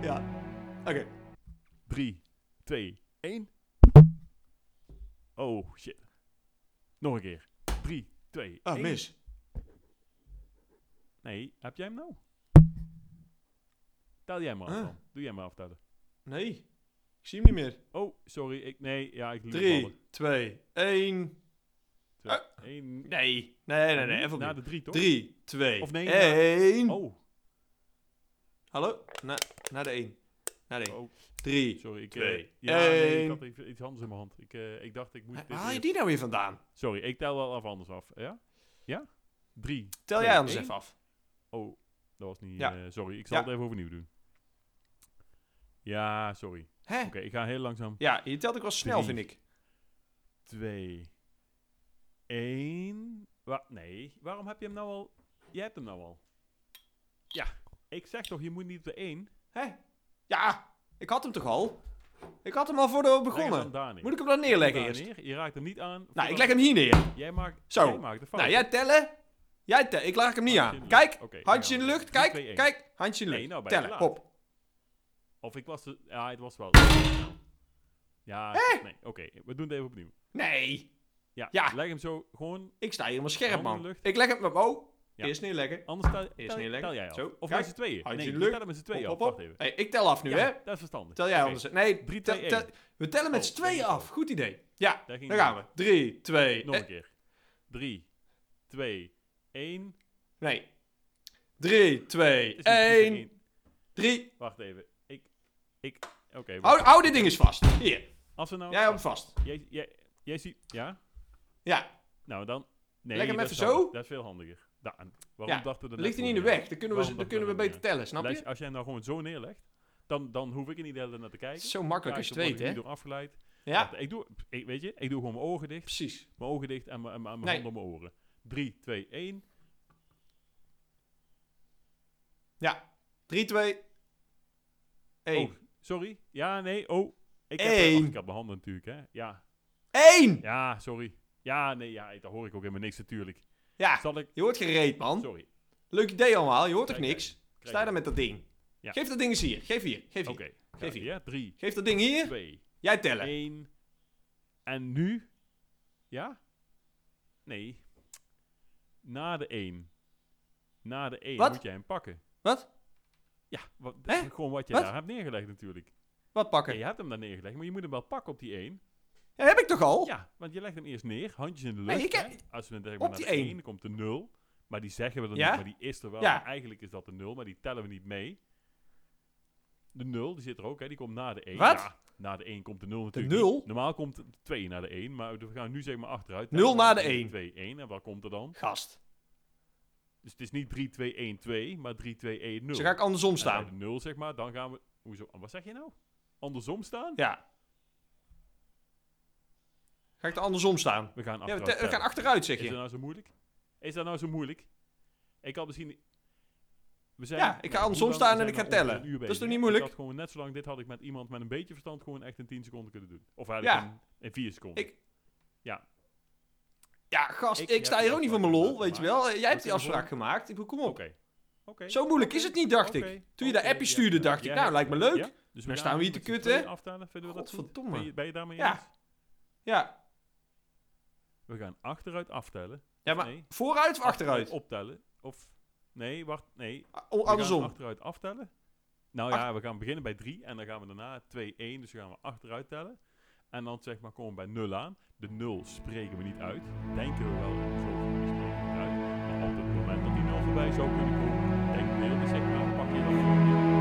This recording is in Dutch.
Ja. Oké. 3, 2, 1. Oh, shit. Nog een keer. 3, 2, 1. Mis. Nee, heb jij hem nou? Tel jij maar af dan. Doe jij maar aftellen. Nee. Ik zie hem niet meer. Oh, sorry. Ik liet 3, 2, 1. 1. Nee. Nee. Even Na opnieuw. de 3, toch? 3, 2, Of nee, 1. Oh, Hallo? Naar de 1. Naar de 1. oh, 3. sorry. 2, nee, ik 1. had even iets anders in mijn hand. Ik dacht, ik moest dit Waar haal je eerst- die nou weer vandaan? Sorry, ik tel wel even anders af. Ja? Ja? 3. Tel jij anders even af. Oh, dat was niet... Ja. sorry, ik zal Ja. het even overnieuw doen. Ja, sorry. Hè? Oké, ik ga heel langzaam. Ja, je telt ook wel snel, 3. vind ik. 2, 1. Nee, waarom heb je hem nou al... Jij hebt hem nou al. Ja, ik zeg toch, je moet niet op de 1. Hè? Ja, ik had hem toch al? Ik had hem al voordat we Leg hem dan begonnen. daar neer. Moet ik hem dan neerleggen Daar eerst? neer. Je raakt hem niet aan. Nou, ik leg hem hier neer. Jij maakt Zo. de fout. Nou, jij tellen. Ik leg hem niet Handje in aan. de lucht. Kijk, Oké, handje in dan de gaan we. lucht. 3, Kijk, 2, 1. kijk. Handje in de Nee, lucht. nou ben je Tellen, te laat. hop. Of ik was... Ja, het was wel... Ja, nee. Oké, we doen het even opnieuw. Nee. Ja, Ja. leg hem zo gewoon... Ik sta hier helemaal scherp, Handen in man. de lucht. Ik leg hem... Oh. Ja. Eerst neerleggen. Anders tel neerleggen. jij af. Zo, Of kijk. met z'n tweeën. Handje Nee, in de we lucht. tellen met z'n tweeën Hop, af. hop, Wacht even. Hey, ik tel af nu, Ja, hè? dat is verstandig. Tel jij Oké. anders. Nee, 3, 2, 1. we tellen met Oh, z'n tweeën dat is af. Goed idee. Ja, Daar ging daar hij. gaan we. 3, 2, Nog een keer. 3, 2, 1. Nee. 3, 2, 1. 3. Wacht even. Oké. Hou dit ding eens vast. Hier. Als we nou... Jij houdt hem vast. Jij ziet... Ja? Ja. Nou, dan... Nee, Leg hem dat even is handig. zo. Dat is veel handiger. Waarom Ja. dachten we Ligt hij net niet in de voor weg. Dan Waarom kunnen we dachten beter tellen, snap je? Als jij hem nou gewoon zo neerlegt, dan hoef ik er niet de hele tijd naar te kijken. Zo makkelijk als je het Kijk, weet, dan hè? word ik niet door afgeleid. Ja. Wacht, weet je, ik doe gewoon mijn ogen dicht. Precies. Mijn ogen dicht en mijn handen Nee. op mijn oren. 3, 2, 1. Ja. 3, 2, 1. Oh, sorry. Ja, nee. Oh. Ik Eén. heb mijn handen natuurlijk, hè. Ja. 1! Ja, sorry. Ja, nee, ja, daar hoor ik ook helemaal niks natuurlijk. Ja. Zal ik... Je hoort gereed, man. Sorry. Leuk idee allemaal. Je hoort toch Kijk, niks? kijk. Sta je daar met dat ding? Ja. Geef dat ding eens hier. Geef hier. Geef hier. Oké. Geef hier. Ja, 3, Geef dat ding hier. 2, Jij tellen. 1. En nu? Ja? Nee. Na de 1. Na de 1 Wat? moet jij hem pakken. Wat? Ja, Hè? gewoon wat je Wat? daar hebt neergelegd natuurlijk. Wat Ja, pakken? je hebt hem daar neergelegd, maar je moet hem wel pakken op die 1. Ja, heb ik toch al? Ja, want je legt hem eerst neer, handjes in de lucht. Nee, ik heb- hè. Als we dan zeggen op naar die de 1. 1, dan komt de 0. Maar die zeggen we dan Ja? niet, maar die is er wel. Ja. Maar eigenlijk is dat de 0, maar die tellen we niet mee. De 0, die zit er ook, hè. Die komt na de 1. Wat? Ja, na de 1 komt de 0 natuurlijk 0? niet. Normaal komt de 2 naar de 1, maar we gaan nu zeg maar achteruit. 0 na de 3, 1. 2, 1. En wat komt er dan? Gast. Dus het is niet 3, 2, 1, 2, maar 3, 2, 1, 0. Dus dan ga ik andersom En bij staan. de 0 zeg maar, dan gaan we... Hoezo? Wat zeg je nou? Andersom staan? Ja. Ga ik er andersom staan? We gaan Ja, achteruit we gaan tellen. achteruit, zeg Is dat je. nou zo moeilijk? Is dat nou zo moeilijk? Ik had misschien... We zijn, Ja, ik ga andersom hoe lang- staan we en ik zijn ga nou tellen. ongeveer een uur Dat is toch bezig, niet hè? moeilijk? Ik had gewoon net zolang, dit had ik met iemand met een beetje verstand gewoon echt in 10 seconden kunnen doen. Of eigenlijk Ja. in 4 seconden. Ja, gast, Ik ik heb sta die hier ook niet voor mijn afspraak lol, weet je gemaakt. wel. Jij hebt die kunnen afspraak gemaakt. Ik bedoel, kom op. Oké. Zo moeilijk Oké. is het niet, dacht ik. Oké. Toen je dat Oké, appje ja. stuurde, dacht ik, Jij nou, hebt- lijkt me leuk. Ja? Dus Dan gaan staan we hier met te z'n kutten. tweeën aftellen. Vinden we dat goed? Godverdomme. Ben je daarmee Ja. eens? Ja. We gaan achteruit aftellen. Ja, maar Nee. vooruit of achteruit? Optellen. Of... Nee, wacht. Nee. We gaan Andersom. achteruit aftellen. Nou ja, we gaan beginnen bij 3 en dan gaan we daarna 2, 1. Dus dan gaan we achteruit tellen. En dan zeg maar komen we bij 0 aan. De 0 spreken we niet uit. Denken we wel in de volgende die spreken we niet uit. Maar op het moment dat die 0 voorbij zou kunnen komen, denk ik, zeg maar, pak je dan